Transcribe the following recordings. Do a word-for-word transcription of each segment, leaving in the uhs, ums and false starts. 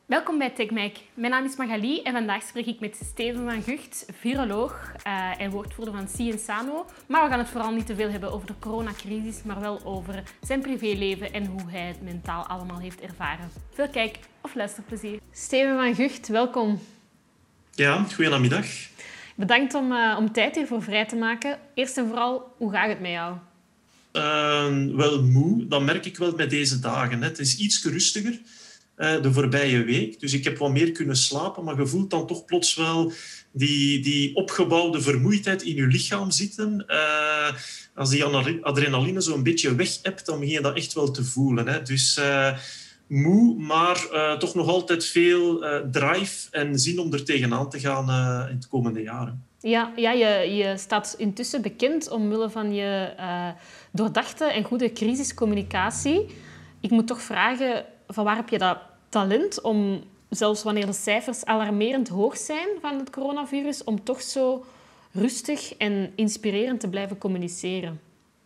Welkom bij TechMike. Mijn naam is Magali en vandaag spreek ik met Steven van Gucht, viroloog uh, en woordvoerder van Cienzano. Maar we gaan het vooral niet te veel hebben over de coronacrisis, maar wel over zijn privéleven en hoe hij het mentaal allemaal heeft ervaren. Veel kijk- of luisterplezier. Steven van Gucht, welkom. Ja, goedenamiddag. Bedankt om, uh, om tijd hiervoor vrij te maken. Eerst en vooral, hoe gaat het met jou? Uh, wel moe, dat merk ik wel met deze dagen. Hè. Het is iets rustiger uh, de voorbije week. Dus ik heb wat meer kunnen slapen, maar je voelt dan toch plots wel die, die opgebouwde vermoeidheid in je lichaam zitten. Uh, als die adrenaline zo'n beetje weg hebt, dan begin je dat echt wel te voelen. Hè. Dus uh, moe, maar uh, toch nog altijd veel uh, drive en zin om er tegenaan te gaan uh, in de komende jaren. Ja, ja je, je staat intussen bekend omwille van je uh, doordachte en goede crisiscommunicatie. Ik moet toch vragen, van waar heb je dat talent om, zelfs wanneer de cijfers alarmerend hoog zijn van het coronavirus, om toch zo rustig en inspirerend te blijven communiceren?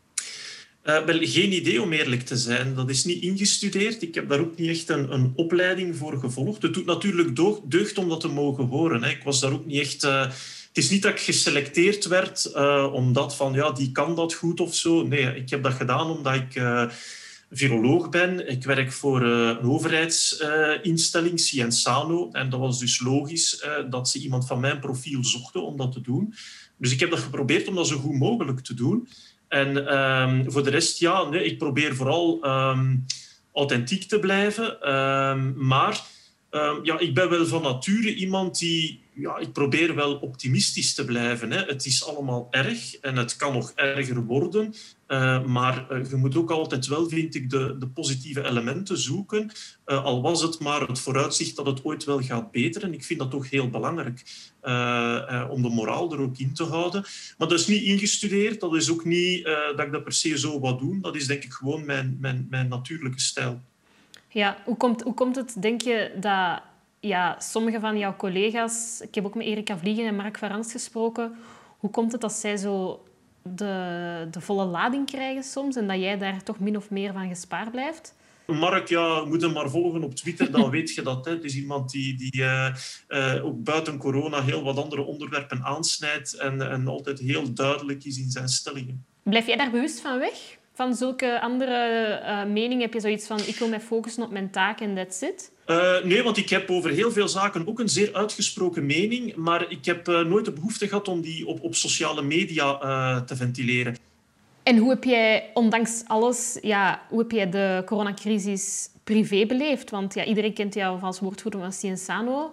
Uh, wel, geen idee om eerlijk te zijn. Dat is niet ingestudeerd. Ik heb daar ook niet echt een, een opleiding voor gevolgd. Het doet natuurlijk deugd om dat te mogen horen. Hè. Ik was daar ook niet echt... Uh, het is niet dat ik geselecteerd werd uh, omdat van, ja, die kan dat goed of zo. Nee, ik heb dat gedaan omdat ik uh, viroloog ben. Ik werk voor uh, een overheidsinstelling, uh, Cienzano. En dat was dus logisch uh, dat ze iemand van mijn profiel zochten om dat te doen. Dus ik heb dat geprobeerd om dat zo goed mogelijk te doen. En um, voor de rest, ja, nee, ik probeer vooral um, authentiek te blijven. Um, maar um, ja, ik ben wel van nature iemand die... Ja, ik probeer wel optimistisch te blijven. Hè. Het is allemaal erg en het kan nog erger worden. Uh, maar uh, je moet ook altijd wel, vind ik, de, de positieve elementen zoeken. Uh, al was het maar het vooruitzicht dat het ooit wel gaat beteren. Ik vind dat toch heel belangrijk uh, uh, om de moraal er ook in te houden. Maar dat is niet ingestudeerd. Dat is ook niet uh, dat ik dat per se zo wat doe. Dat is denk ik gewoon mijn, mijn, mijn natuurlijke stijl. Ja, hoe komt, hoe komt het, denk je, dat... Ja, sommige van jouw collega's... Ik heb ook met Erika Vliegen en Mark Verans gesproken. Hoe komt het dat zij zo de, de volle lading krijgen soms en dat jij daar toch min of meer van gespaard blijft? Mark, ja, moet hem maar volgen op Twitter, dan weet je dat. Hè. Het is iemand die, die uh, uh, ook buiten corona heel wat andere onderwerpen aansnijdt en, en altijd heel duidelijk is in zijn stellingen. Blijf jij daar bewust van weg? Van zulke andere uh, meningen heb je zoiets van... Ik wil mij focussen op mijn taak en that's it? Uh, nee, want ik heb over heel veel zaken ook een zeer uitgesproken mening, maar ik heb uh, nooit de behoefte gehad om die op, op sociale media uh, te ventileren. En hoe heb jij, ondanks alles, ja, hoe heb jij de coronacrisis privé beleefd? Want ja, iedereen kent jou als woordvoerder van Cienzano.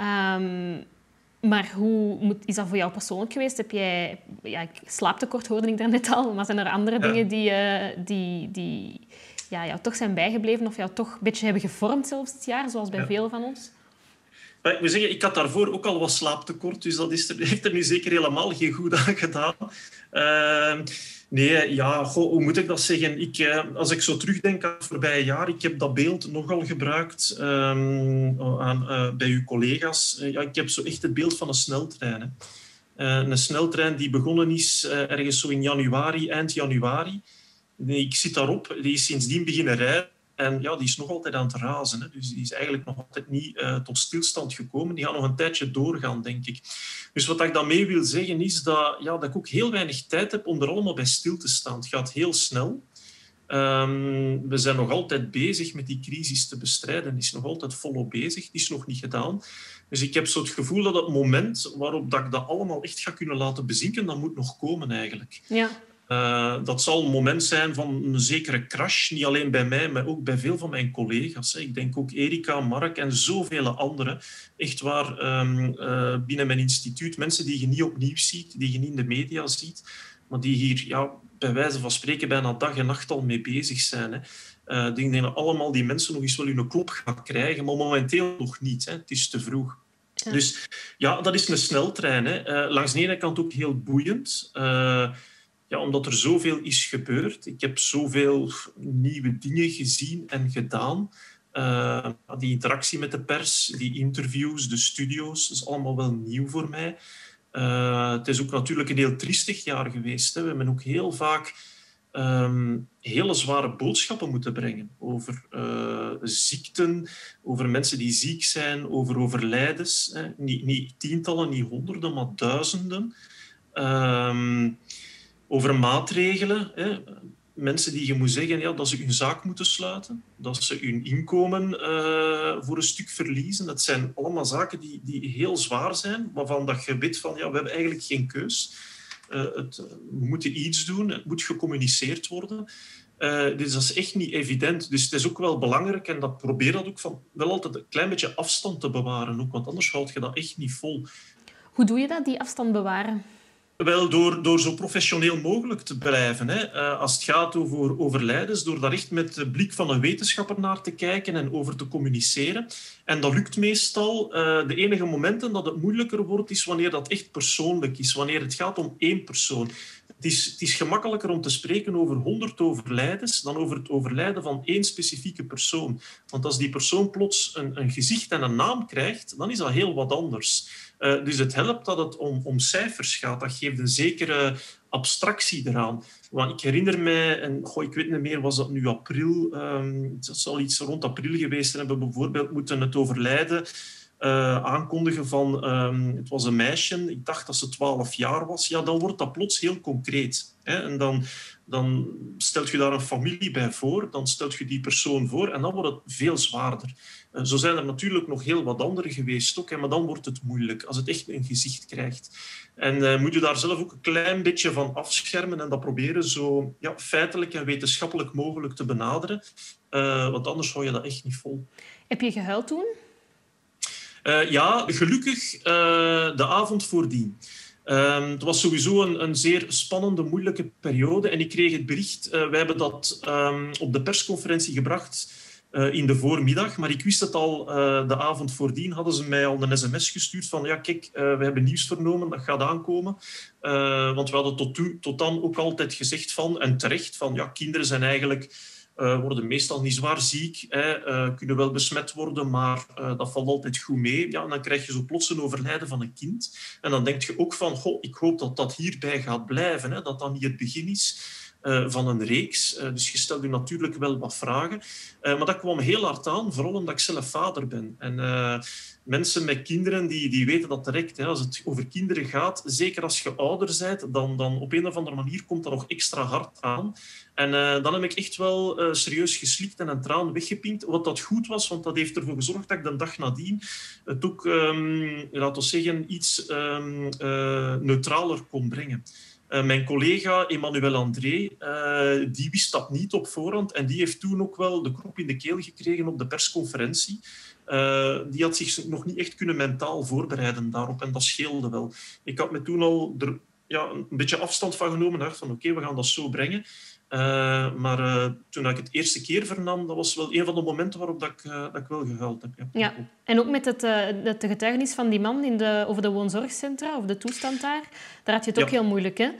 Um, maar hoe moet, is dat voor jou persoonlijk geweest? Heb jij ja, slaaptekort, hoorde ik daarnet al, maar zijn er andere ja. dingen die... Uh, die, die ja, jou toch zijn bijgebleven of jou toch een beetje hebben gevormd zelfs dit jaar, zoals bij ja. velen van ons? Ik moet zeggen, ik had daarvoor ook al wat slaaptekort, dus dat is er, heeft er nu zeker helemaal geen goed aan gedaan. Uh, nee, ja, goh, hoe moet ik dat zeggen? Ik, uh, als ik zo terugdenk aan het voorbije jaar, ik heb dat beeld nogal gebruikt um, aan, uh, bij uw collega's. Uh, ja, ik heb zo echt het beeld van een sneltrein. Hè. Uh, een sneltrein die begonnen is uh, ergens zo in januari, eind januari. Ik zit daarop, die is sindsdien beginnen rijden en ja, die is nog altijd aan het razen. Hè. Dus die is eigenlijk nog altijd niet uh, tot stilstand gekomen. Die gaat nog een tijdje doorgaan, denk ik. Dus wat ik daarmee wil zeggen is dat, ja, dat ik ook heel weinig tijd heb om er allemaal bij stil te staan. Het gaat heel snel. Um, we zijn nog altijd bezig met die crisis te bestrijden. Die is nog altijd volop bezig. Die is nog niet gedaan. Dus ik heb zo het gevoel dat het moment waarop dat ik dat allemaal echt ga kunnen laten bezinken, dat moet nog komen eigenlijk. Ja. Uh, dat zal een moment zijn van een zekere crash, niet alleen bij mij, maar ook bij veel van mijn collega's. Hè. Ik denk ook Erika, Mark en zoveel anderen. Echt waar, um, uh, binnen mijn instituut, mensen die je niet opnieuw ziet, die je niet in de media ziet, maar die hier ja, bij wijze van spreken bijna dag en nacht al mee bezig zijn. Hè. Uh, ik denk dat allemaal die mensen nog eens wel hun klop gaan krijgen, maar momenteel nog niet. Hè. Het is te vroeg. Ja. Dus ja, dat is een sneltrein. Hè. Uh, langs de ene kant ook heel boeiend. Uh, Ja, omdat er zoveel is gebeurd. Ik heb zoveel nieuwe dingen gezien en gedaan. Uh, die interactie met de pers, die interviews, de studio's, dat is allemaal wel nieuw voor mij. Uh, het is ook natuurlijk een heel triestig jaar geweest. Hè. We hebben ook heel vaak um, hele zware boodschappen moeten brengen over uh, ziekten, over mensen die ziek zijn, over overlijdens. Hè. Niet, niet tientallen, niet honderden, maar duizenden. Um, over maatregelen. Hè. Mensen die je moet zeggen ja, dat ze hun zaak moeten sluiten, dat ze hun inkomen uh, voor een stuk verliezen. Dat zijn allemaal zaken die, die heel zwaar zijn, waarvan dat je weet van ja, we hebben eigenlijk geen keus. Uh, het, we moeten iets doen, het moet gecommuniceerd worden. Uh, dus dat is echt niet evident. Dus het is ook wel belangrijk, en dat probeer dat ook van wel altijd een klein beetje afstand te bewaren, ook, want anders houd je dat echt niet vol. Hoe doe je dat, die afstand bewaren? Wel, door, door zo professioneel mogelijk te blijven. Hè. Uh, als het gaat over overlijdens, door daar echt met de blik van een wetenschapper naar te kijken en over te communiceren. En dat lukt meestal. Uh, de enige momenten dat het moeilijker wordt, is wanneer dat echt persoonlijk is. Wanneer het gaat om één persoon. Het is, het is gemakkelijker om te spreken over honderd overlijdens dan over het overlijden van één specifieke persoon. Want als die persoon plots een, een gezicht en een naam krijgt, dan is dat heel wat anders. Uh, dus het helpt dat het om, om cijfers gaat. Dat geeft een zekere abstractie eraan. Want ik herinner mij, en goh, ik weet niet meer, was dat nu april? Um, dat zal iets rond april geweest zijn. We bijvoorbeeld moeten het overlijden uh, aankondigen van... Um, het was een meisje, ik dacht dat ze twaalf jaar was. Ja, dan wordt dat plots heel concreet. Hè? En dan, dan stelt je daar een familie bij voor, dan stelt je die persoon voor en dan wordt het veel zwaarder. Uh, zo zijn er natuurlijk nog heel wat andere geweest ook, hè, maar dan wordt het moeilijk als het echt een gezicht krijgt. En uh, moet je daar zelf ook een klein beetje van afschermen en dat proberen zo ja, feitelijk en wetenschappelijk mogelijk te benaderen. Uh, want anders hou je dat echt niet vol. Heb je gehuild toen? Uh, ja, gelukkig uh, de avond voordien. Um, het was sowieso een, een zeer spannende, moeilijke periode. En ik kreeg het bericht, uh, wij hebben dat um, op de persconferentie gebracht uh, in de voormiddag. Maar ik wist het al uh, de avond voordien. Hadden ze mij al een sms gestuurd van ja, kijk, uh, we hebben nieuws vernomen, dat gaat aankomen. Uh, want we hadden tot, toe, tot dan ook altijd gezegd van, en terecht, van ja, kinderen zijn eigenlijk... Uh, worden meestal niet zwaar ziek, hè, uh, kunnen wel besmet worden, maar uh, dat valt altijd goed mee. Ja, en dan krijg je zo plots een overlijden van een kind. En dan denk je ook van, goh, ik hoop dat dat hierbij gaat blijven, hè, dat dat niet het begin is uh, van een reeks. Uh, dus je stelt je natuurlijk wel wat vragen. Uh, maar dat kwam heel hard aan, vooral omdat ik zelf vader ben. En uh, mensen met kinderen, die, die weten dat direct. Hè, als het over kinderen gaat, zeker als je ouder bent, dan, dan op een of andere manier komt dat nog extra hard aan. En uh, dan heb ik echt wel uh, serieus geslikt en een traan weggepinkt. Wat dat goed was, want dat heeft ervoor gezorgd dat ik de dag nadien het ook, um, laten we zeggen, iets um, uh, neutraler kon brengen. Uh, mijn collega Emmanuel André, uh, die wist dat niet op voorhand en die heeft toen ook wel de krop in de keel gekregen op de persconferentie. Uh, die had zich nog niet echt kunnen mentaal voorbereiden daarop en dat scheelde wel. Ik had me toen al er, ja, een beetje afstand van genomen en dacht van oké, okay, we gaan dat zo brengen. Uh, maar uh, toen ik het eerste keer vernam, dat was wel een van de momenten waarop dat ik, uh, dat ik wel gehuild heb. Ja. Ja. En ook met het, uh, het getuigenis van die man in de, over de woonzorgcentra, of de toestand daar, daar had je het ook ja. heel moeilijk, hè?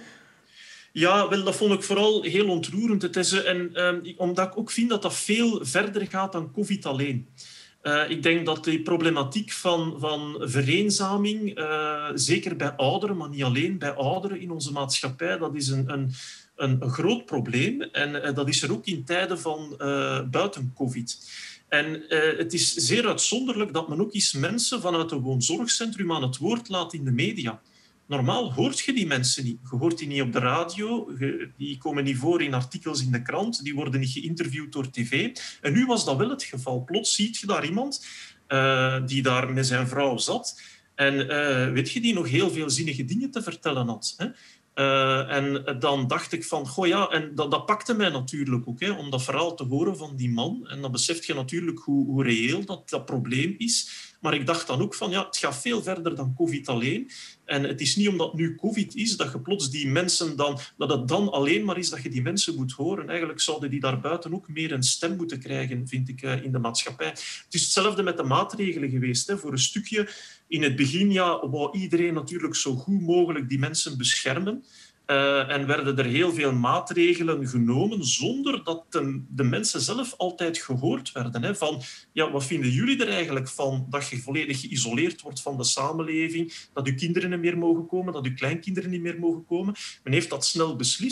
Ja, wel, dat vond ik vooral heel ontroerend. Het is, en, uh, omdat ik ook vind dat dat veel verder gaat dan COVID alleen. Uh, ik denk dat die problematiek van, van vereenzaming, uh, zeker bij ouderen, maar niet alleen bij ouderen in onze maatschappij, dat is een... een Een, een groot probleem en uh, dat is er ook in tijden van uh, buiten COVID. En uh, het is zeer uitzonderlijk dat men ook eens mensen vanuit een woonzorgcentrum aan het woord laat in de media. Normaal hoort je die mensen niet. Je hoort die niet op de radio, je, die komen niet voor in artikels in de krant, die worden niet geïnterviewd door tv. En nu was dat wel het geval. Plots ziet je daar iemand uh, die daar met zijn vrouw zat en uh, weet je, die nog heel veel zinnige dingen te vertellen had, hè? Uh, en dan dacht ik van, goh ja, en dat, dat pakte mij natuurlijk ook, hè, om dat verhaal te horen van die man. En dan beseft je natuurlijk hoe, hoe reëel dat, dat probleem is. Maar ik dacht dan ook van, ja, het gaat veel verder dan COVID alleen. En het is niet omdat nu COVID is, dat je plots die mensen dan, dat het dan alleen maar is dat je die mensen moet horen. Eigenlijk zouden die daarbuiten ook meer een stem moeten krijgen, vind ik, in de maatschappij. Het is hetzelfde met de maatregelen geweest, hè. Voor een stukje in het begin, ja, wou iedereen natuurlijk zo goed mogelijk die mensen beschermen. Uh, en werden er heel veel maatregelen genomen zonder dat de, de mensen zelf altijd gehoord werden. Hè, van, ja, wat vinden jullie er eigenlijk van dat je volledig geïsoleerd wordt van de samenleving, dat uw kinderen niet meer mogen komen, dat uw kleinkinderen niet meer mogen komen? Men heeft dat snel beslist.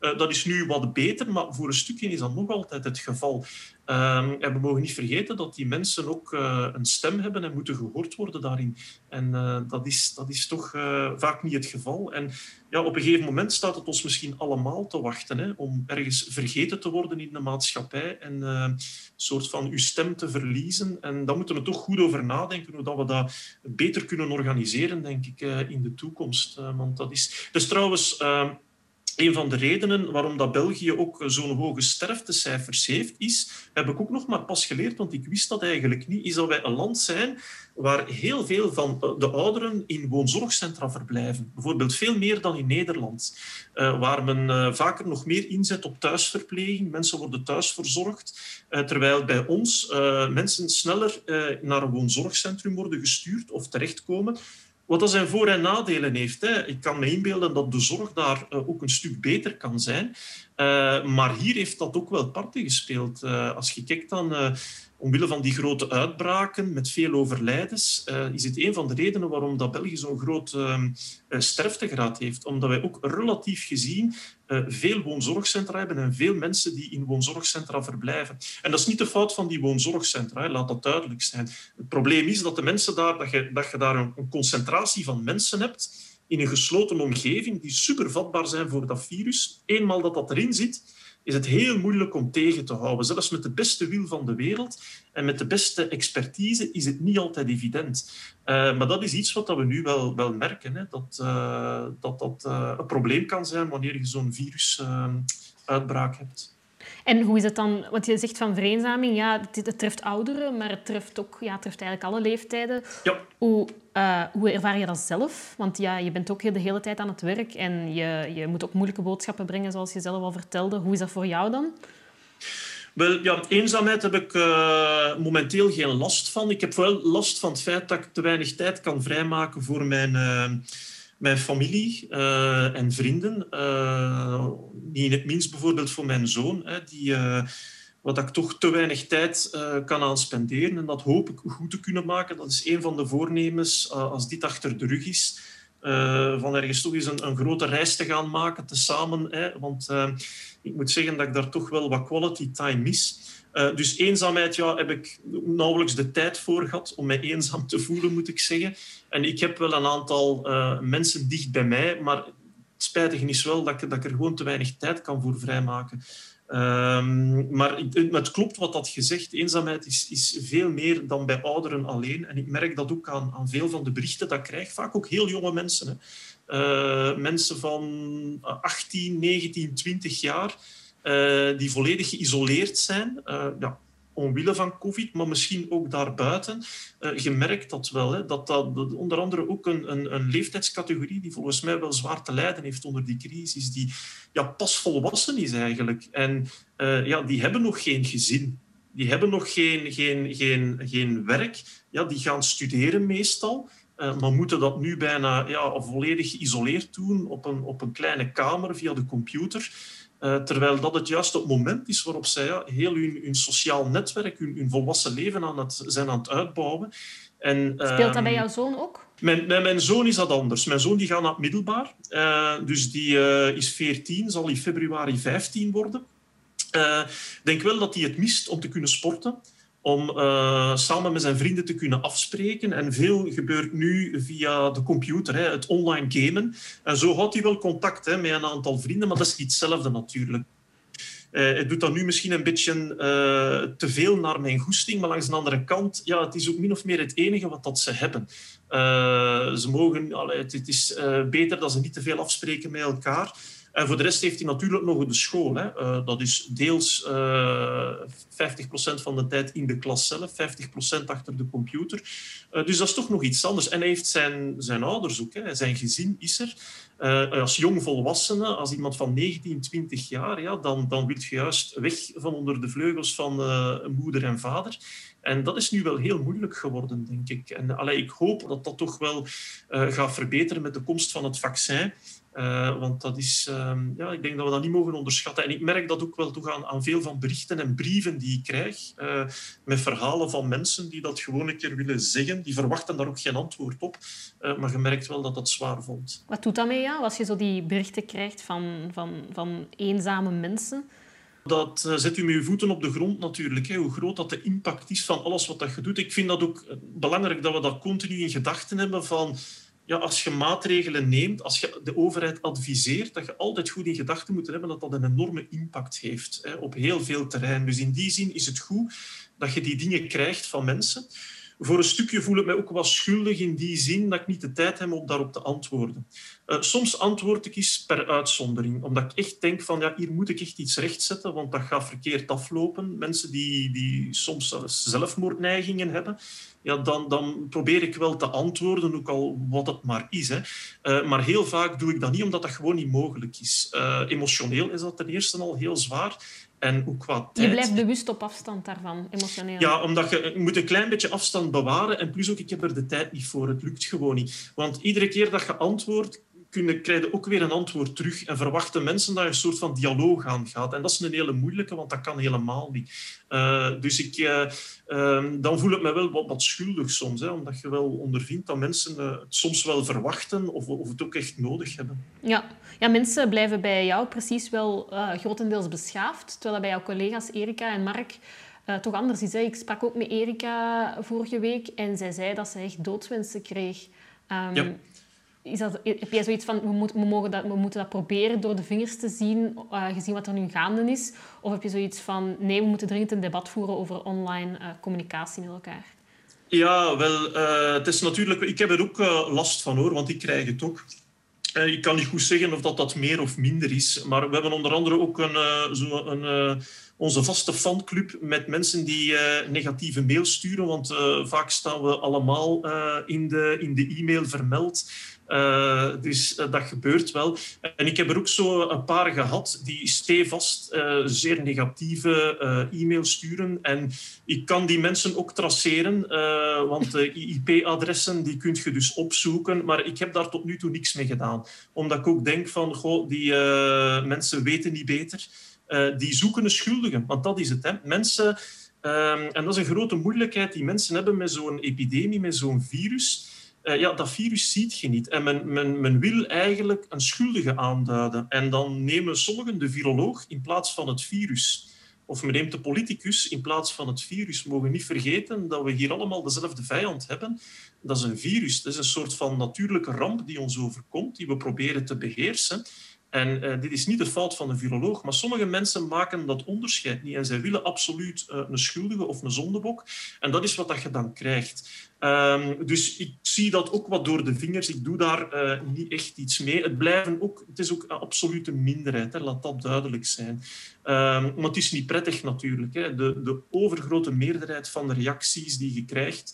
Uh, dat is nu wat beter, maar voor een stukje is dat nog altijd het geval. Um, en we mogen niet vergeten dat die mensen ook uh, een stem hebben en moeten gehoord worden daarin. En uh, dat, is, dat is toch uh, vaak niet het geval. En ja, op een gegeven moment staat het ons misschien allemaal te wachten, hè, om ergens vergeten te worden in de maatschappij en uh, een soort van uw stem te verliezen. En daar moeten we toch goed over nadenken, hoe dat we dat beter kunnen organiseren, denk ik, uh, in de toekomst. Uh, want dat is, dus trouwens... Uh, Een van de redenen waarom dat België ook zo'n hoge sterftecijfers heeft, is, heb ik ook nog maar pas geleerd, want ik wist dat eigenlijk niet, is dat wij een land zijn waar heel veel van de ouderen in woonzorgcentra verblijven. Bijvoorbeeld veel meer dan in Nederland, uh, waar men uh, vaker nog meer inzet op thuisverpleging. Mensen worden thuis verzorgd, uh, terwijl bij ons uh, mensen sneller uh, naar een woonzorgcentrum worden gestuurd of terechtkomen. Wat dat zijn voor- en nadelen heeft. Hè. Ik kan me inbeelden dat de zorg daar uh, ook een stuk beter kan zijn. Uh, maar hier heeft dat ook wel parten gespeeld. Uh, als je kijkt dan... Uh, Omwille van die grote uitbraken met veel overlijdens uh, is het een van de redenen waarom dat België zo'n groot uh, sterftegraad heeft. Omdat wij ook relatief gezien uh, veel woonzorgcentra hebben en veel mensen die in woonzorgcentra verblijven. En dat is niet de fout van die woonzorgcentra, hè, laat dat duidelijk zijn. Het probleem is dat, de mensen daar, dat, je, dat je daar een, een concentratie van mensen hebt in een gesloten omgeving die super vatbaar zijn voor dat virus. Eenmaal dat dat erin zit, is het heel moeilijk om tegen te houden. Zelfs met de beste wil van de wereld en met de beste expertise is het niet altijd evident. Uh, maar dat is iets wat we nu wel, wel merken, hè? Dat, uh, dat dat uh, een probleem kan zijn wanneer je zo'n virusuitbraak uh, hebt. En hoe is het dan, want je zegt van vereenzaming, ja, het, het treft ouderen, maar het treft ook, ja, het treft eigenlijk alle leeftijden. Ja. Hoe, uh, hoe ervaar je dat zelf? Want ja, je bent ook de hele tijd aan het werk en je, je moet ook moeilijke boodschappen brengen, zoals je zelf al vertelde. Hoe is dat voor jou dan? Wel, ja, eenzaamheid heb ik uh, momenteel geen last van. Ik heb wel last van het feit dat ik te weinig tijd kan vrijmaken voor mijn... Uh, Mijn familie uh, en vrienden, uh, niet in het minst bijvoorbeeld voor mijn zoon, hè, die, uh, wat ik toch te weinig tijd uh, kan aan spenderen. En dat hoop ik goed te kunnen maken. Dat is een van de voornemens, uh, als dit achter de rug is, uh, van ergens toch eens een, een grote reis te gaan maken, tezamen. Hè, want uh, ik moet zeggen dat ik daar toch wel wat quality time mis. Uh, dus eenzaamheid ja, heb ik nauwelijks de tijd voor gehad om mij eenzaam te voelen, moet ik zeggen. En ik heb wel een aantal uh, mensen dicht bij mij, maar het spijtige is wel dat ik, dat ik er gewoon te weinig tijd kan voor vrijmaken. Um, maar het klopt wat dat gezegd. Eenzaamheid is, is veel meer dan bij ouderen alleen. En ik merk dat ook aan, aan veel van de berichten dat ik krijg. Vaak ook heel jonge mensen. Hè. Uh, mensen van achttien, negentien, twintig jaar... Uh, die volledig geïsoleerd zijn, uh, ja, omwille van COVID, maar misschien ook daarbuiten. Uh, je merkt dat wel, hè, dat dat onder andere ook een, een, een leeftijdscategorie die volgens mij wel zwaar te lijden heeft onder die crisis, die ja, pas volwassen is eigenlijk. En uh, ja, die hebben nog geen gezin. Die hebben nog geen, geen, geen, geen werk. Ja, die gaan studeren meestal. Uh, maar moeten dat nu bijna ja, volledig geïsoleerd doen op een, op een kleine kamer via de computer. Uh, terwijl dat het juist het moment is waarop zij ja, heel hun, hun sociaal netwerk, hun, hun volwassen leven aan het, zijn aan het uitbouwen. En, uh, Speelt dat bij jouw zoon ook? Mijn, bij mijn zoon is dat anders. Mijn zoon die gaat naar het middelbaar. Uh, dus die uh, is veertien, zal in februari vijftien worden. Uh, ik denk wel dat hij het mist om te kunnen sporten. Om uh, samen met zijn vrienden te kunnen afspreken. En veel gebeurt nu via de computer, hè, het online gamen. En zo houdt hij wel contact hè, met een aantal vrienden, maar dat is niet hetzelfde natuurlijk. Uh, hij doet dat nu misschien een beetje uh, te veel naar mijn goesting, maar langs de andere kant, ja, het is ook min of meer het enige wat dat ze hebben. Uh, ze mogen, allee, het, het is uh, beter dat ze niet te veel afspreken met elkaar. En voor de rest heeft hij natuurlijk nog de school. Hè. Uh, dat is deels uh, vijftig procent van de tijd in de klas zelf, vijftig procent achter de computer. Uh, dus dat is toch nog iets anders. En hij heeft zijn, zijn ouders ook. Hè. Zijn gezin is er. Uh, als jong volwassene, als iemand van negentien, twintig jaar, ja, dan, dan wil je juist weg van onder de vleugels van uh, moeder en vader. En dat is nu wel heel moeilijk geworden, denk ik. En allee, ik hoop dat dat toch wel uh, gaat verbeteren met de komst van het vaccin. Uh, want dat is, uh, ja, ik denk dat we dat niet mogen onderschatten. En ik merk dat ook wel toch aan, aan veel van berichten en brieven die ik krijg. Uh, met verhalen van mensen die dat gewoon een keer willen zeggen. Die verwachten daar ook geen antwoord op. Uh, maar je merkt wel dat dat zwaar valt. Wat doet dat met jou als je zo die berichten krijgt van, van, van eenzame mensen? Dat uh, zet u met uw voeten op de grond natuurlijk. Hè. Hoe groot dat de impact is van alles wat dat je doet. Ik vind dat ook belangrijk dat we dat continu in gedachten hebben van... Ja, als je maatregelen neemt, als je de overheid adviseert, dat je altijd goed in gedachten moet hebben dat dat een enorme impact heeft hè, op heel veel terrein. Dus in die zin is het goed dat je die dingen krijgt van mensen. Voor een stukje voel ik mij ook wel schuldig in die zin dat ik niet de tijd heb om daarop te antwoorden. Uh, soms antwoord ik eens per uitzondering, omdat ik echt denk van ja, hier moet ik echt iets rechtzetten, want dat gaat verkeerd aflopen. Mensen die, die soms zelfs zelfmoordneigingen hebben, ja, dan, dan probeer ik wel te antwoorden, ook al wat het maar is. Hè. Uh, maar heel vaak doe ik dat niet, omdat dat gewoon niet mogelijk is. Uh, emotioneel is dat ten eerste al heel zwaar. En ook qua tijd. Je blijft bewust op afstand daarvan, emotioneel. Ja, omdat je, je moet een klein beetje afstand bewaren. En plus ook, ik heb er de tijd niet voor. Het lukt gewoon niet. Want iedere keer dat je antwoordt, kun, krijg je ook weer een antwoord terug. En verwachten mensen dat je een soort van dialoog aangaat. En dat is een hele moeilijke, want dat kan helemaal niet. Uh, dus ik, uh, uh, dan voel ik me wel wat, wat schuldig soms. Hè, omdat je wel ondervindt dat mensen uh, het soms wel verwachten of, of het ook echt nodig hebben. Ja. ja, mensen blijven bij jou precies wel uh, grotendeels beschaafd. Terwijl dat bij jouw collega's Erika en Mark uh, toch anders is. Hè. Ik sprak ook met Erika vorige week en zij zei dat ze echt doodswensen kreeg. Um, ja. Is dat, heb jij zoiets van, we, moet, we, mogen dat, we moeten dat proberen door de vingers te zien, uh, gezien wat er nu gaande is? Of heb je zoiets van, nee, we moeten dringend een debat voeren over online uh, communicatie met elkaar? Ja, wel, uh, het is natuurlijk... Ik heb er ook uh, last van, hoor, want ik krijg het ook. Uh, ik kan niet goed zeggen of dat, dat meer of minder is, maar we hebben onder andere ook een, uh, zo een, uh, onze vaste fanclub met mensen die uh, negatieve mails sturen, want uh, vaak staan we allemaal uh, in de, in de e-mail vermeld. Uh, dus uh, dat gebeurt wel. En ik heb er ook zo een paar gehad die stevast uh, zeer negatieve uh, e-mails sturen. En ik kan die mensen ook traceren, uh, want de I P-adressen die kun je dus opzoeken. Maar ik heb daar tot nu toe niks mee gedaan. Omdat ik ook denk van, goh, die uh, mensen weten niet beter. Uh, die zoeken een schuldige, want dat is het. Hè. Mensen, uh, en dat is een grote moeilijkheid die mensen hebben met zo'n epidemie, met zo'n virus. Uh, ja, dat virus ziet je niet. En men, men, men wil eigenlijk een schuldige aanduiden. En dan nemen sommigen de viroloog in plaats van het virus. Of men neemt de politicus in plaats van het virus. We mogen niet vergeten dat we hier allemaal dezelfde vijand hebben. Dat is een virus. Dat is een soort van natuurlijke ramp die ons overkomt, die we proberen te beheersen. En uh, dit is niet de fout van de viroloog, maar sommige mensen maken dat onderscheid niet. En zij willen absoluut uh, een schuldige of een zondebok. En dat is wat dat je dan krijgt. Um, dus ik zie dat ook wat door de vingers. Ik doe daar uh, niet echt iets mee. Het, blijven ook, het is ook een absolute minderheid, hè. Laat dat duidelijk zijn. Um, maar het is niet prettig natuurlijk. Hè. De, de overgrote meerderheid van de reacties die je krijgt,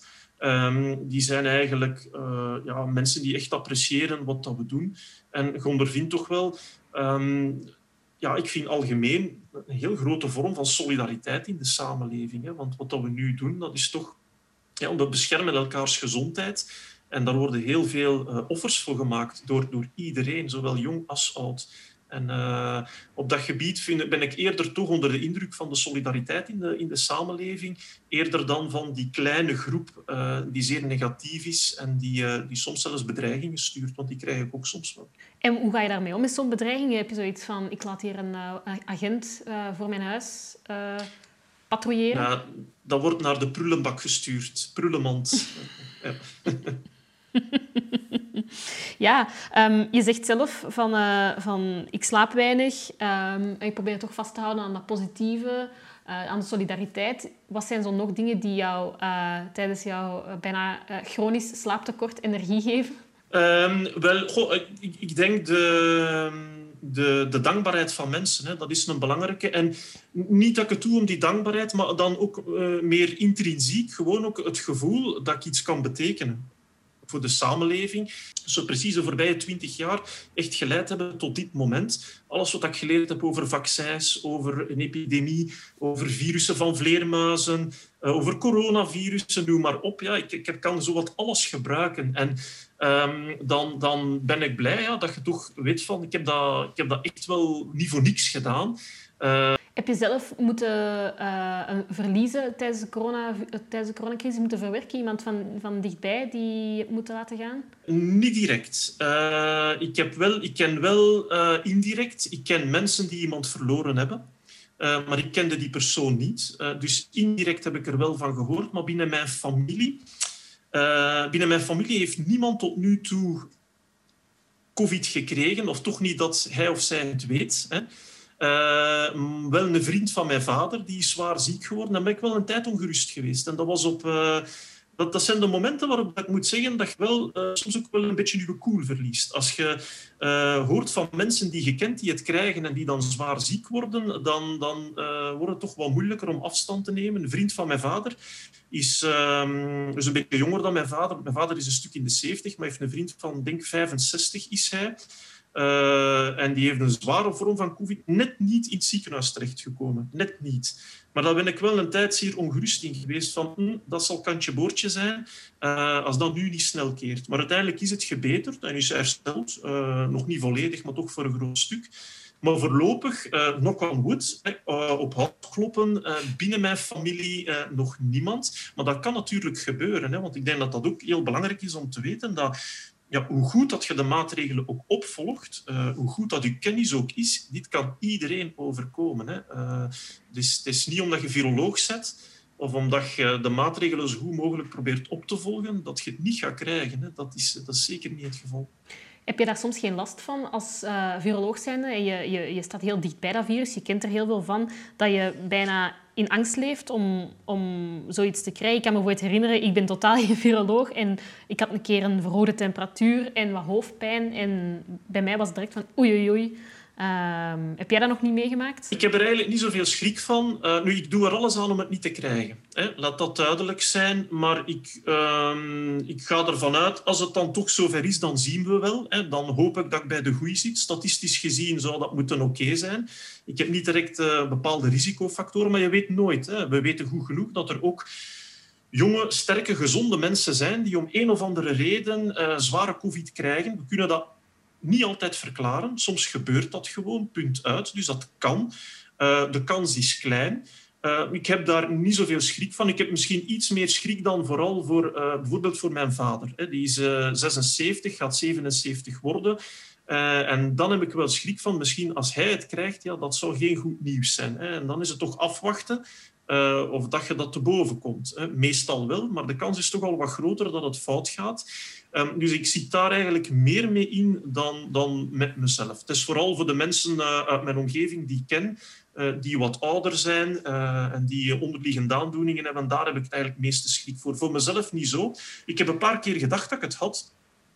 Um, die zijn eigenlijk uh, ja, mensen die echt appreciëren wat dat we doen. En je ondervindt toch wel... Um, ja, ik vind algemeen een heel grote vorm van solidariteit in de samenleving. Hè? Want wat dat we nu doen, dat is toch... Ja, we beschermen elkaars gezondheid. En daar worden heel veel uh, offers voor gemaakt door, door iedereen, zowel jong als oud. En uh, op dat gebied vind, ben ik eerder toch onder de indruk van de solidariteit in de, in de samenleving, eerder dan van die kleine groep uh, die zeer negatief is en die, uh, die soms zelfs bedreigingen stuurt, want die krijg ik ook soms wel. En hoe ga je daarmee om met zo'n bedreigingen? Heb je zoiets van, ik laat hier een uh, agent uh, voor mijn huis uh, patrouilleren? Ja, dat wordt naar de prullenbak gestuurd. Prullenmand. Ja. Ja, um, je zegt zelf van, uh, van ik slaap weinig. Um, en ik probeer toch vast te houden aan dat positieve, uh, aan de solidariteit. Wat zijn zo nog dingen die jou uh, tijdens jouw uh, bijna uh, chronisch slaaptekort energie geven? Um, wel, goh, ik, ik denk de, de, de dankbaarheid van mensen. Hè, dat is een belangrijke. En niet dat ik het doe om die dankbaarheid, maar dan ook uh, meer intrinsiek. Gewoon ook het gevoel dat ik iets kan betekenen. voor de samenleving. Zo precies de voorbije twintig jaar echt geleid hebben tot dit moment. Alles wat ik geleerd heb over vaccins, over een epidemie, over virussen van vleermuizen, over coronavirussen, noem maar op. Ja, ik, ik kan zowat alles gebruiken. En um, dan, dan ben ik blij ja, dat je toch weet van, ik heb dat, ik heb dat echt wel niet voor niks gedaan. Uh, Heb je zelf moeten uh, verliezen tijdens de, corona, tijdens de coronacrisis moeten verwerken? Iemand van, van dichtbij die je hebt moeten laten gaan? Niet direct. Uh, ik, heb wel, ik ken wel uh, indirect. Ik ken mensen die iemand verloren hebben. Uh, maar ik kende die persoon niet. Uh, dus indirect heb ik er wel van gehoord. Maar binnen mijn familie... Uh, binnen mijn familie heeft niemand tot nu toe COVID gekregen. Of toch niet dat hij of zij het weet. Hè. Uh, wel een vriend van mijn vader, die is zwaar ziek geworden. Dan ben ik wel een tijd ongerust geweest. En dat, was op, uh, dat, dat zijn de momenten waarop ik moet zeggen dat je wel, uh, soms ook wel een beetje je koel verliest. Als je uh, hoort van mensen die je kent, die het krijgen en die dan zwaar ziek worden, dan, dan uh, wordt het toch wel moeilijker om afstand te nemen. Een vriend van mijn vader is, uh, is een beetje jonger dan mijn vader. Mijn vader is een stuk in de zeventig, maar heeft een vriend van, denk vijfenzestig is hij. Uh, en die heeft een zware vorm van COVID net niet in het ziekenhuis terechtgekomen. Net niet. Maar daar ben ik wel een tijd zeer ongerust in geweest. Van, hm, dat zal kantje boordje zijn uh, als dat nu niet snel keert. Maar uiteindelijk is het gebeterd en is hersteld. Uh, nog niet volledig, maar toch voor een groot stuk. Maar voorlopig, uh, knock on wood, uh, op hout kloppen, uh, binnen mijn familie uh, nog niemand. Maar dat kan natuurlijk gebeuren. Hè, want ik denk dat dat ook heel belangrijk is om te weten dat... Ja, hoe goed dat je de maatregelen ook opvolgt, uh, hoe goed dat je kennis ook is, dit kan iedereen overkomen. Hè. Uh, dus het is niet omdat je viroloog bent of omdat je de maatregelen zo goed mogelijk probeert op te volgen, dat je het niet gaat krijgen. Hè. Dat is, dat is zeker niet het geval. Heb je daar soms geen last van als uh, viroloog zijnde? En je, je, je staat heel dicht bij dat virus, je kent er heel veel van, dat je bijna in angst leeft om, om zoiets te krijgen. Ik kan me bijvoorbeeld herinneren, ik ben totaal geen viroloog en ik had een keer een verhoogde temperatuur en wat hoofdpijn. En bij mij was het direct van oei, oei, oei. Uh, heb jij dat nog niet meegemaakt? Ik heb er eigenlijk niet zoveel schrik van. Uh, nu, ik doe er alles aan om het niet te krijgen. Hè. Laat dat duidelijk zijn. Maar ik, uh, ik ga ervan uit, als het dan toch zover is, dan zien we wel. Hè. Dan hoop ik dat ik bij de goeie zit. Statistisch gezien zou dat moeten oké okay zijn. Ik heb niet direct uh, bepaalde risicofactoren, maar je weet nooit. Hè. We weten goed genoeg dat er ook jonge, sterke, gezonde mensen zijn die om een of andere reden uh, zware COVID krijgen. We kunnen dat niet altijd verklaren. Soms gebeurt dat gewoon, punt uit. Dus dat kan. Uh, de kans is klein. Uh, ik heb daar niet zoveel schrik van. Ik heb misschien iets meer schrik dan vooral voor, uh, bijvoorbeeld voor mijn vader. Hè. Die is uh, zesenzeventig, gaat zevenenzeventig worden. Uh, en dan heb ik wel schrik van, misschien als hij het krijgt, ja, dat zou geen goed nieuws zijn. Hè. En dan is het toch afwachten uh, of dat je dat te boven komt. Hè. Meestal wel, maar de kans is toch al wat groter dat het fout gaat. Um, dus ik zit daar eigenlijk meer mee in dan, dan met mezelf. Het is vooral voor de mensen uh, uit mijn omgeving die ik ken, uh, die wat ouder zijn uh, en die onderliggende aandoeningen hebben. Daar heb ik eigenlijk het meeste schrik voor. Voor mezelf niet zo. Ik heb een paar keer gedacht dat ik het had.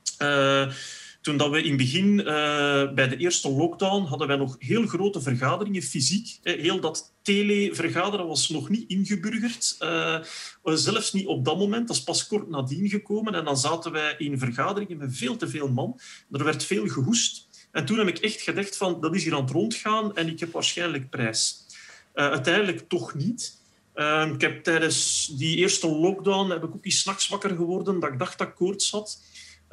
Uh, Toen dat we in het begin, uh, bij de eerste lockdown, hadden wij nog heel grote vergaderingen, fysiek. Heel dat televergaderen was nog niet ingeburgerd. Uh, zelfs niet op dat moment. Dat is pas kort nadien gekomen. En dan zaten wij in vergaderingen met veel te veel man. Er werd veel gehoest. En toen heb ik echt gedacht van, dat is hier aan het rondgaan en ik heb waarschijnlijk prijs. Uh, uiteindelijk toch niet. Uh, ik heb tijdens die eerste lockdown heb ik ook eens 's nachts wakker geworden dat ik dacht dat ik koorts had.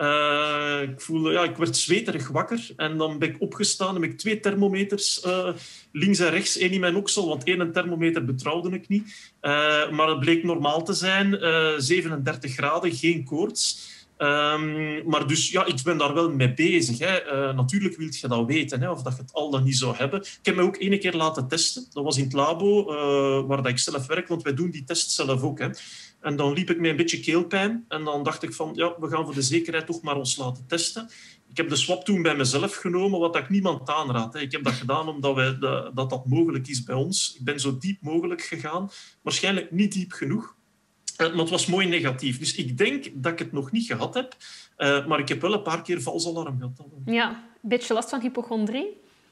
Uh, ik, voelde, ja, ik werd zweterig wakker en dan ben ik opgestaan en heb ik twee thermometers uh, links en rechts, één in mijn oksel, want één thermometer betrouwde ik niet. Uh, maar het bleek normaal te zijn, uh, zevenendertig graden, geen koorts. Um, maar dus ja, ik ben daar wel mee bezig. Hè. Uh, natuurlijk wil je dat weten, hè, of dat je het al dan niet zou hebben. Ik heb me ook één keer laten testen. Dat was in het labo, uh, waar dat ik zelf werk, want wij doen die test zelf ook. Hè. En dan liep ik met een beetje keelpijn. En dan dacht ik van, ja, we gaan voor de zekerheid toch maar ons laten testen. Ik heb de swab toen bij mezelf genomen, wat ik niemand aanraad. Hè. Ik heb dat gedaan omdat wij de, dat, dat mogelijk is bij ons. Ik ben zo diep mogelijk gegaan. Waarschijnlijk niet diep genoeg. Uh, maar het was mooi negatief. Dus ik denk dat ik het nog niet gehad heb. Uh, maar ik heb wel een paar keer vals alarm gehad. Ja, een beetje last van hypochondrie?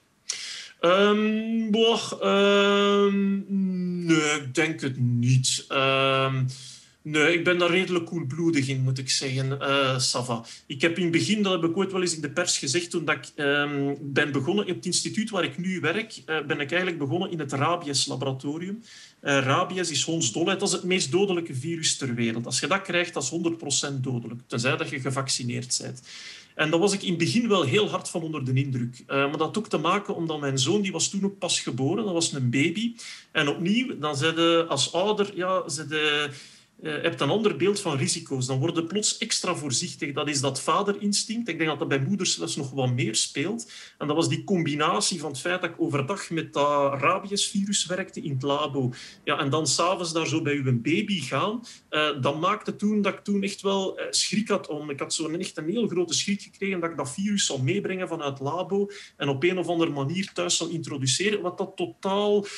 Um, boah, um, nee, ik denk het niet. Um, Nee, ik ben daar redelijk koelbloedig in, moet ik zeggen. Uh, Sava. Ik heb in het begin, dat heb ik ooit wel eens in de pers gezegd, toen dat ik uh, ben begonnen op het instituut waar ik nu werk, uh, ben ik eigenlijk begonnen in het rabies-laboratorium. Uh, rabies is hondsdolheid. Dat is het meest dodelijke virus ter wereld. Als je dat krijgt, dat is honderd procent dodelijk. Tenzij dat je gevaccineerd bent. En daar was ik in het begin wel heel hard van onder de indruk. Uh, maar dat had ook te maken omdat mijn zoon, die was toen ook pas geboren, dat was een baby. En opnieuw, dan zei je als ouder, ja, zei de, uh, je hebt een ander beeld van risico's. Dan word je plots extra voorzichtig. Dat is dat vaderinstinct. Ik denk dat dat bij moeders zelfs nog wat meer speelt. En dat was die combinatie van het feit dat ik overdag met dat rabiesvirus werkte in het labo. Ja, en dan s'avonds daar zo bij uw baby gaan. Uh, dat maakte toen dat ik toen echt wel uh, schrik had. Om. Ik had zo'n echt een heel grote schrik gekregen dat ik dat virus zou meebrengen vanuit het labo en op een of andere manier thuis zou introduceren. Wat dat totaal...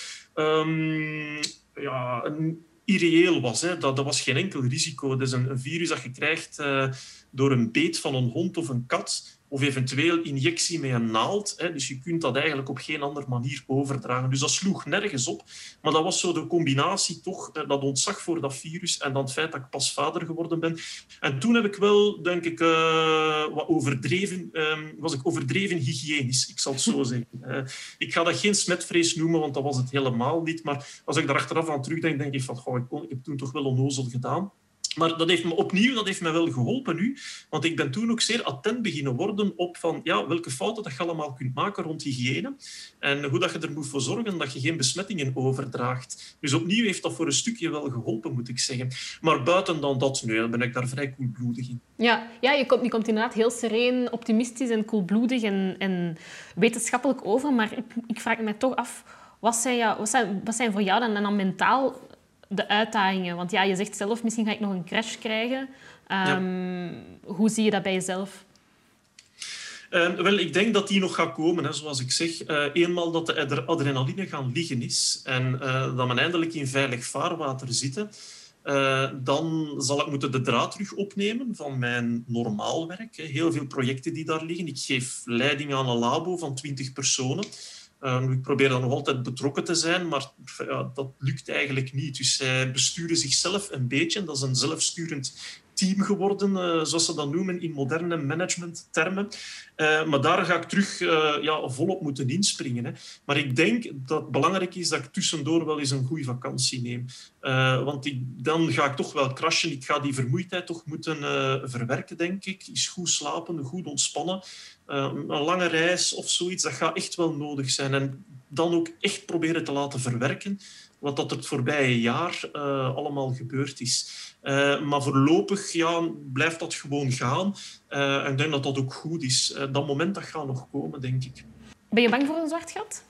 Um, ja... Een, irreëel was. Hè. Dat, dat was geen enkel risico. Dat is een, een virus dat je krijgt uh, door een beet van een hond of een kat, of eventueel injectie met een naald. Hè. Dus je kunt dat eigenlijk op geen andere manier overdragen. Dus dat sloeg nergens op. Maar dat was zo de combinatie toch, uh, dat ontzag voor dat virus en dan het feit dat ik pas vader geworden ben. En toen heb ik wel, denk ik, uh, wat overdreven, um, was ik overdreven hygiënisch, ik zal het zo zeggen. Uh, ik ga dat geen smetvrees noemen, want dat was het helemaal niet. Maar als ik daar achteraf aan terugdenk, denk ik van, goh, ik, kon, ik heb toen toch wel onnozel gedaan. Maar dat heeft me opnieuw dat heeft me wel geholpen nu. Want ik ben toen ook zeer attent beginnen worden op van, ja, welke fouten dat je allemaal kunt maken rond hygiëne. En hoe dat je er moet voor zorgen dat je geen besmettingen overdraagt. Dus opnieuw heeft dat voor een stukje wel geholpen, moet ik zeggen. Maar buiten dan dat, nee, dan ben ik daar vrij koelbloedig in. Ja, ja je, komt, je komt inderdaad heel sereen, optimistisch en koelbloedig en, en wetenschappelijk over. Maar ik, ik vraag me toch af, wat zijn, jou, wat zijn, wat zijn voor jou dan, dan mentaal de uitdagingen? Want ja, je zegt zelf, misschien ga ik nog een crash krijgen. Um, ja. Hoe zie je dat bij jezelf? Uh, wel, ik denk dat die nog gaat komen, hè, zoals ik zeg. Uh, eenmaal dat de adrenaline gaan liggen is en uh, dat men eindelijk in veilig vaarwater zitten, uh, dan zal ik moeten de draad terug opnemen van mijn normaal werk. Hè. Heel veel projecten die daar liggen. Ik geef leiding aan een labo van twintig personen. Uh, ik probeer dan nog altijd betrokken te zijn, maar ja, dat lukt eigenlijk niet. Dus zij besturen zichzelf een beetje. Dat is een zelfsturend team geworden, uh, zoals ze dat noemen in moderne managementtermen. Uh, maar daar ga ik terug uh, ja, volop moeten inspringen. Hè. Maar ik denk dat het belangrijk is dat ik tussendoor wel eens een goede vakantie neem. Uh, want ik, dan ga ik toch wel crashen. Ik ga die vermoeidheid toch moeten uh, verwerken, denk ik. Is goed slapen, goed ontspannen. Uh, een lange reis of zoiets, dat gaat echt wel nodig zijn. En dan ook echt proberen te laten verwerken wat dat er het voorbije jaar uh, allemaal gebeurd is. Uh, maar voorlopig ja, blijft dat gewoon gaan. Uh, en ik denk dat dat ook goed is. Uh, dat moment dat gaat nog komen, denk ik. Ben je bang voor een zwart gat?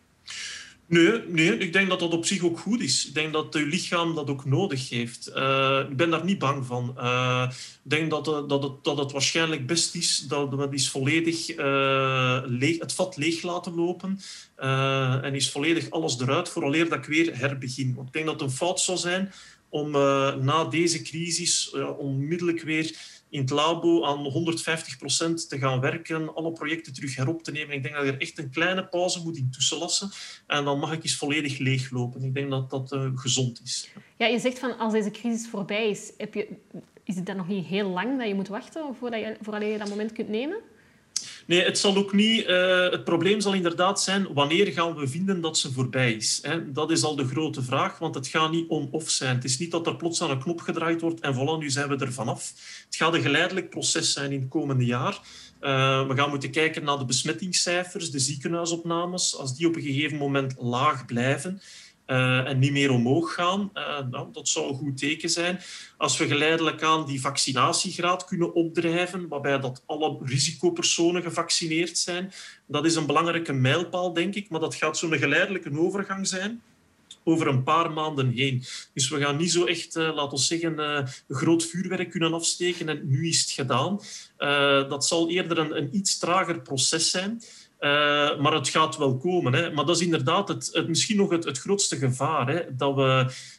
Nee, nee, ik denk dat dat op zich ook goed is. Ik denk dat je lichaam dat ook nodig heeft. Uh, ik ben daar niet bang van. Uh, ik denk dat, uh, dat, het, dat het waarschijnlijk best is dat we eens volledig uh, leeg, het vat leeg laten lopen uh, en is volledig alles eruit vooraleer dat ik weer herbegin. Want ik denk dat het een fout zou zijn om uh, na deze crisis uh, onmiddellijk weer in het labo aan honderdvijftig procent te gaan werken, alle projecten terug herop te nemen. Ik denk dat je er echt een kleine pauze moet in tussenlassen. En dan mag ik eens volledig leeglopen. Ik denk dat dat uh, gezond is. Ja, je zegt van als deze crisis voorbij is, heb je, is het dan nog niet heel lang dat je moet wachten voordat je, voordat je dat moment kunt nemen? Nee, het zal ook niet... Uh, het probleem zal inderdaad zijn, wanneer gaan we vinden dat ze voorbij is? Hè? Dat is al de grote vraag, want het gaat niet on-off zijn. Het is niet dat er plots aan een knop gedraaid wordt en voilà, nu zijn we er vanaf. Het gaat een geleidelijk proces zijn in het komende jaar. Uh, we gaan moeten kijken naar de besmettingscijfers, de ziekenhuisopnames. Als die op een gegeven moment laag blijven, Uh, en niet meer omhoog gaan. Uh, nou, dat zou een goed teken zijn. Als we geleidelijk aan die vaccinatiegraad kunnen opdrijven, waarbij dat alle risicopersonen gevaccineerd zijn, dat is een belangrijke mijlpaal, denk ik. Maar dat gaat zo'n geleidelijke overgang zijn over een paar maanden heen. Dus we gaan niet zo echt, uh, laten we zeggen, uh, een groot vuurwerk kunnen afsteken en nu is het gedaan. Uh, dat zal eerder een, een iets trager proces zijn. Uh, maar het gaat wel komen. Hè. Maar dat is inderdaad het, het, misschien nog het, het grootste gevaar. Hè. Dat we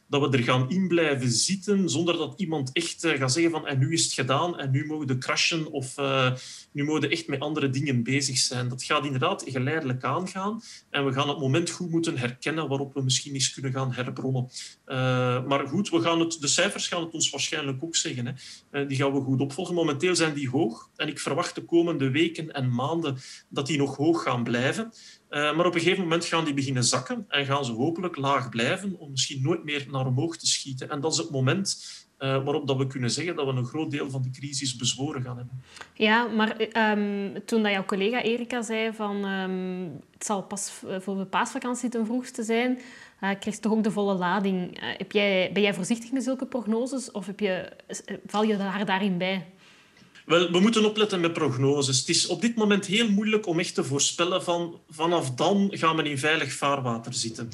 dat we er gaan in blijven zitten zonder dat iemand echt uh, gaat zeggen van en nu is het gedaan en nu mogen we crashen of uh, nu mogen we echt met andere dingen bezig zijn. Dat gaat inderdaad geleidelijk aangaan en we gaan het moment goed moeten herkennen waarop we misschien eens kunnen gaan herbronnen. Uh, maar goed, we gaan het, de cijfers gaan het ons waarschijnlijk ook zeggen. Hè. Uh, die gaan we goed opvolgen. Momenteel zijn die hoog en ik verwacht de komende weken en maanden dat die nog hoog gaan blijven. Uh, maar op een gegeven moment gaan die beginnen zakken en gaan ze hopelijk laag blijven om misschien nooit meer naar omhoog te schieten. En dat is het moment uh, waarop dat we kunnen zeggen dat we een groot deel van de crisis bezworen gaan hebben. Ja, maar um, toen dat jouw collega Erika zei van um, het zal pas voor de paasvakantie ten vroegste zijn, uh, kreeg je toch ook de volle lading. Uh, heb jij, ben jij voorzichtig met zulke prognoses of heb je, val je daar daarin bij? Wel, we moeten opletten met prognoses. Het is op dit moment heel moeilijk om echt te voorspellen van vanaf dan gaan we in veilig vaarwater zitten.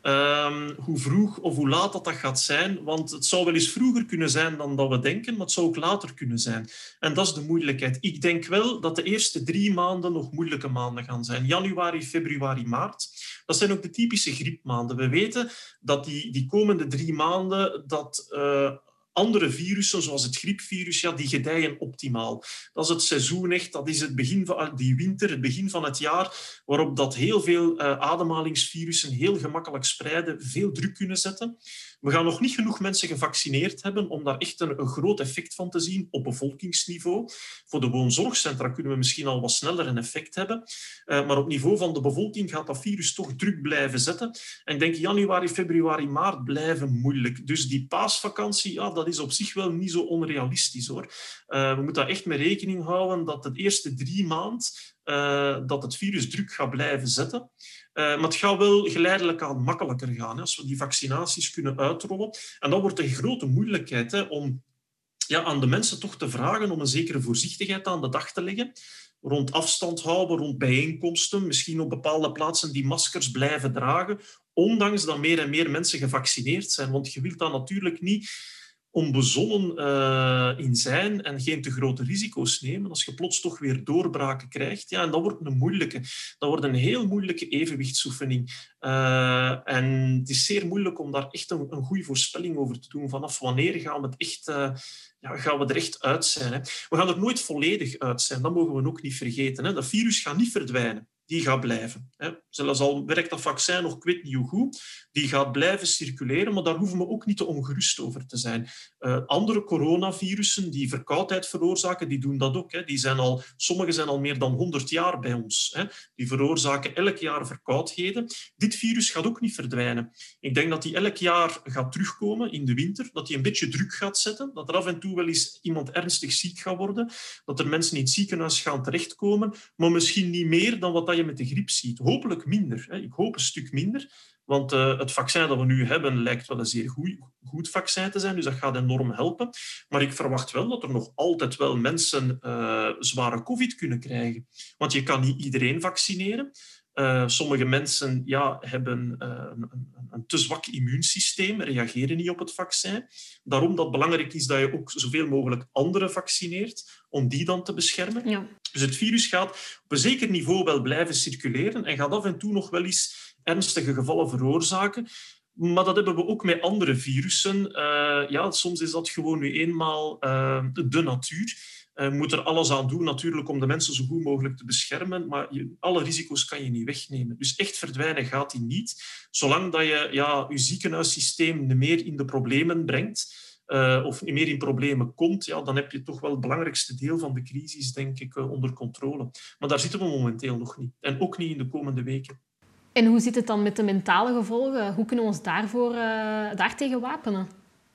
Um, hoe vroeg of hoe laat dat, dat gaat zijn, want het zou wel eens vroeger kunnen zijn dan dat we denken, maar het zou ook later kunnen zijn. En dat is de moeilijkheid. Ik denk wel dat de eerste drie maanden nog moeilijke maanden gaan zijn. Januari, februari, maart. Dat zijn ook de typische griepmaanden. We weten dat die, die komende drie maanden dat... Uh, Andere virussen, zoals het griepvirus, ja, die gedijen optimaal. Dat is het seizoen echt, dat is het begin van die winter, het begin van het jaar, waarop dat heel veel uh, ademhalingsvirussen heel gemakkelijk spreiden, veel druk kunnen zetten. We gaan nog niet genoeg mensen gevaccineerd hebben om daar echt een, een groot effect van te zien op bevolkingsniveau. Voor de woonzorgcentra kunnen we misschien al wat sneller een effect hebben. Uh, maar op niveau van de bevolking gaat dat virus toch druk blijven zetten. En ik denk januari, februari, maart blijven moeilijk. Dus die paasvakantie, ja, dat is op zich wel niet zo onrealistisch, hoor. Uh, we moeten daar echt mee rekening houden dat de eerste drie maanden uh, dat het virus druk gaat blijven zetten. Uh, maar het gaat wel geleidelijk aan makkelijker gaan, hè, als we die vaccinaties kunnen uitrollen. En dat wordt een grote moeilijkheid, hè, om ja, aan de mensen toch te vragen om een zekere voorzichtigheid aan de dag te leggen. Rond afstand houden, rond bijeenkomsten, misschien op bepaalde plaatsen die maskers blijven dragen, ondanks dat meer en meer mensen gevaccineerd zijn. Want je wilt dat natuurlijk niet onbezonnen uh, in zijn en geen te grote risico's nemen als je plots toch weer doorbraken krijgt. Ja, en dat wordt een moeilijke. Dat wordt een heel moeilijke evenwichtsoefening. Uh, en het is zeer moeilijk om daar echt een, een goede voorspelling over te doen. Vanaf wanneer gaan we, het echt, uh, ja, gaan we er echt uit zijn? Hè? We gaan er nooit volledig uit zijn. Dat mogen we ook niet vergeten. Hè? Dat virus gaat niet verdwijnen. Die gaat blijven. Zelfs al werkt dat vaccin nog, ik weet niet hoe goed, die gaat blijven circuleren, maar daar hoeven we ook niet te ongerust over te zijn. Uh, andere coronavirussen die verkoudheid veroorzaken, die doen dat ook. Hè. Die zijn al, sommige zijn al meer dan honderd jaar bij ons. Hè. Die veroorzaken elk jaar verkoudheden. Dit virus gaat ook niet verdwijnen. Ik denk dat die elk jaar gaat terugkomen in de winter, dat die een beetje druk gaat zetten, dat er af en toe wel eens iemand ernstig ziek gaat worden, dat er mensen in het ziekenhuis gaan terechtkomen, maar misschien niet meer dan wat je met de griep ziet. Hopelijk minder. Hè. Ik hoop een stuk minder. Want uh, het vaccin dat we nu hebben lijkt wel een zeer goed, goed vaccin te zijn. Dus dat gaat enorm helpen. Maar ik verwacht wel dat er nog altijd wel mensen uh, zware covid kunnen krijgen. Want je kan niet iedereen vaccineren. Uh, sommige mensen ja, hebben uh, een, een, een te zwak immuunsysteem, reageren niet op het vaccin. Daarom dat het belangrijk is dat je ook zoveel mogelijk anderen vaccineert, om die dan te beschermen. Ja. Dus het virus gaat op een zeker niveau wel blijven circuleren en gaat af en toe nog wel eens ernstige gevallen veroorzaken. Maar dat hebben we ook met andere virussen. Uh, ja, soms is dat gewoon nu eenmaal uh, de natuur. Je uh, moet er alles aan doen natuurlijk om de mensen zo goed mogelijk te beschermen, maar je, alle risico's kan je niet wegnemen. Dus echt verdwijnen gaat die niet. Zolang dat je ja, je ziekenhuissysteem meer in de problemen brengt, uh, of meer in problemen komt, ja, dan heb je toch wel het belangrijkste deel van de crisis, denk ik, uh, onder controle. Maar daar zitten we momenteel nog niet. En ook niet in de komende weken. En hoe zit het dan met de mentale gevolgen? Hoe kunnen we ons daarvoor, uh, daartegen wapenen?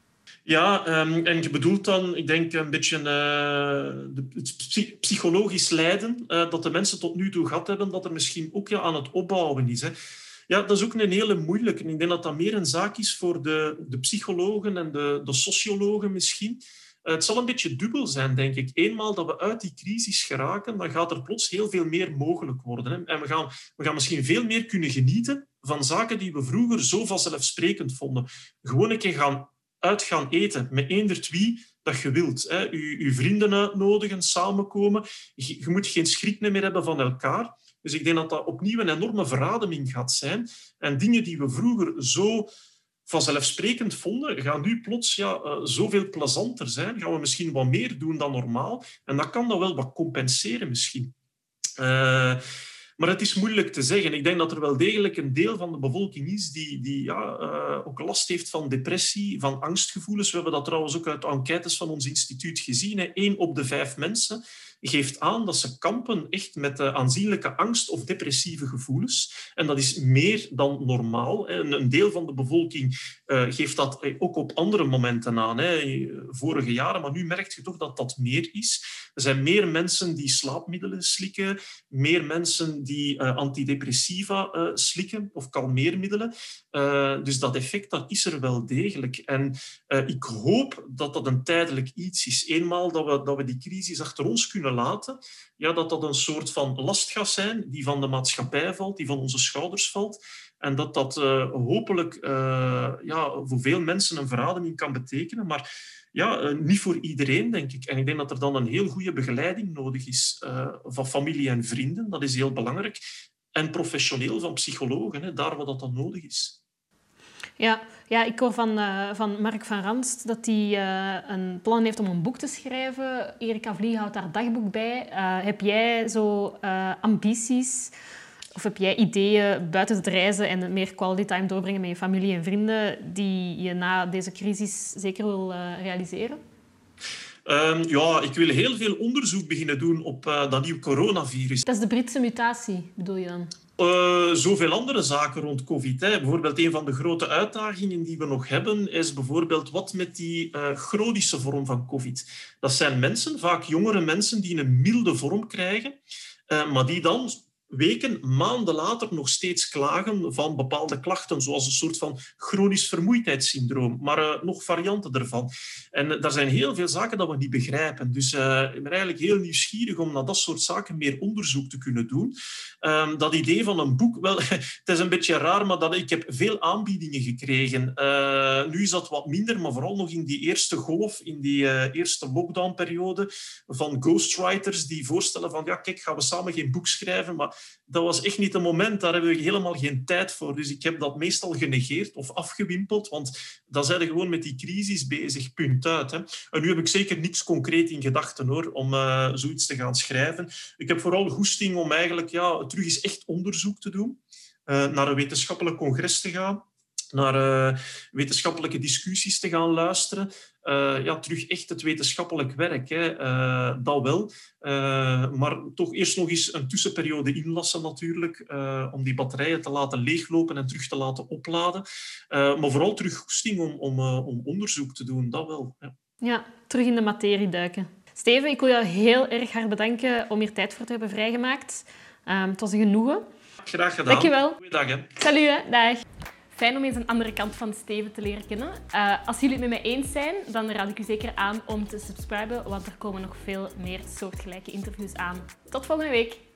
Ja, um, en je bedoelt dan, ik denk, een beetje uh, de, het psychologisch lijden uh, dat de mensen tot nu toe gehad hebben, dat er misschien ook ja, aan het opbouwen is. Hè. Ja, dat is ook een hele moeilijke. Ik denk dat dat meer een zaak is voor de, de psychologen en de, de sociologen misschien. Uh, het zal een beetje dubbel zijn, denk ik. Eenmaal dat we uit die crisis geraken, dan gaat er plots heel veel meer mogelijk worden. Hè. En we gaan, we gaan misschien veel meer kunnen genieten van zaken die we vroeger zo vanzelfsprekend vonden. Gewoon een keer gaan uitgaan eten met eender wie dat je wilt. Hè. Je, je vrienden uitnodigen, samenkomen. Je, je moet geen schrik meer hebben van elkaar. Dus ik denk dat dat opnieuw een enorme verademing gaat zijn. En dingen die we vroeger zo vanzelfsprekend vonden, gaan nu plots ja, uh, zoveel plezanter zijn. Gaan we misschien wat meer doen dan normaal. En dat kan dat wel wat compenseren misschien. Uh, Maar het is moeilijk te zeggen. Ik denk dat er wel degelijk een deel van de bevolking is die, die ja, uh, ook last heeft van depressie, van angstgevoelens. We hebben dat trouwens ook uit enquêtes van ons instituut gezien. Hè. Eén op de vijf mensen geeft aan dat ze kampen echt met uh, aanzienlijke angst of depressieve gevoelens. En dat is meer dan normaal. Hè. Een deel van de bevolking uh, geeft dat ook op andere momenten aan. Hè. Vorige jaren, maar nu merk je toch dat dat meer is. Er zijn meer mensen die slaapmiddelen slikken, meer mensen die uh, antidepressiva uh, slikken of kalmeermiddelen. Uh, dus dat effect dat is er wel degelijk. En uh, ik hoop dat dat een tijdelijk iets is. Eenmaal dat we, dat we die crisis achter ons kunnen laten, ja, dat dat een soort van last gaat zijn die van de maatschappij valt, die van onze schouders valt. En dat dat uh, hopelijk uh, ja, voor veel mensen een verademing kan betekenen. Maar ja, uh, niet voor iedereen, denk ik. En ik denk dat er dan een heel goede begeleiding nodig is uh, van familie en vrienden. Dat is heel belangrijk. En professioneel van psychologen, hè, daar waar dat dan nodig is. Ja, ja ik hoor van, uh, van Mark van Ranst dat hij uh, een plan heeft om een boek te schrijven. Erika Vlie houdt daar dagboek bij. Uh, heb jij zo uh, ambities of heb jij ideeën buiten het reizen en meer quality time doorbrengen met je familie en vrienden die je na deze crisis zeker wil uh, realiseren? Um, ja, ik wil heel veel onderzoek beginnen doen op uh, dat nieuwe coronavirus. Dat is de Britse mutatie, bedoel je dan? Uh, zoveel andere zaken rond COVID. Hè. Bijvoorbeeld een van de grote uitdagingen die we nog hebben is bijvoorbeeld wat met die uh, chronische vorm van COVID. Dat zijn mensen, vaak jongere mensen, die een milde vorm krijgen, uh, maar die dan weken, maanden later nog steeds klagen van bepaalde klachten, zoals een soort van chronisch vermoeidheidssyndroom, maar uh, nog varianten ervan. En uh, daar zijn heel veel zaken dat we niet begrijpen. Dus uh, ik ben eigenlijk heel nieuwsgierig om naar dat soort zaken meer onderzoek te kunnen doen. Um, dat idee van een boek, wel, het is een beetje raar, maar dat, ik heb veel aanbiedingen gekregen. Uh, nu is dat wat minder, maar vooral nog in die eerste golf, in die uh, eerste lockdownperiode, van ghostwriters die voorstellen van, ja, kijk, gaan we samen geen boek schrijven, maar dat was echt niet het moment. Daar hebben we helemaal geen tijd voor. Dus ik heb dat meestal genegeerd of afgewimpeld, want dan zijn we gewoon met die crisis bezig, punt uit. Hè. En nu heb ik zeker niets concreet in gedachten, hoor, om uh, zoiets te gaan schrijven. Ik heb vooral goesting om eigenlijk ja, terug eens echt onderzoek te doen, uh, naar een wetenschappelijk congres te gaan, naar uh, wetenschappelijke discussies te gaan luisteren. Uh, ja, terug echt het wetenschappelijk werk. Hè. Uh, dat wel. Uh, maar toch eerst nog eens een tussenperiode inlassen natuurlijk, uh, om die batterijen te laten leeglopen en terug te laten opladen. Uh, maar vooral terug goesting om, om, uh, om onderzoek te doen, dat wel. Ja. Ja, terug in de materie duiken. Steven, ik wil jou heel erg hard bedanken om hier tijd voor te hebben vrijgemaakt. Um, het was een genoegen. Graag gedaan. Dankjewel. Goeiedag, hè. Salut, hè. Dag. Fijn om eens een andere kant van Steven te leren kennen. Uh, als jullie het met mij eens zijn, dan raad ik u zeker aan om te subscriben, want er komen nog veel meer soortgelijke interviews aan. Tot volgende week.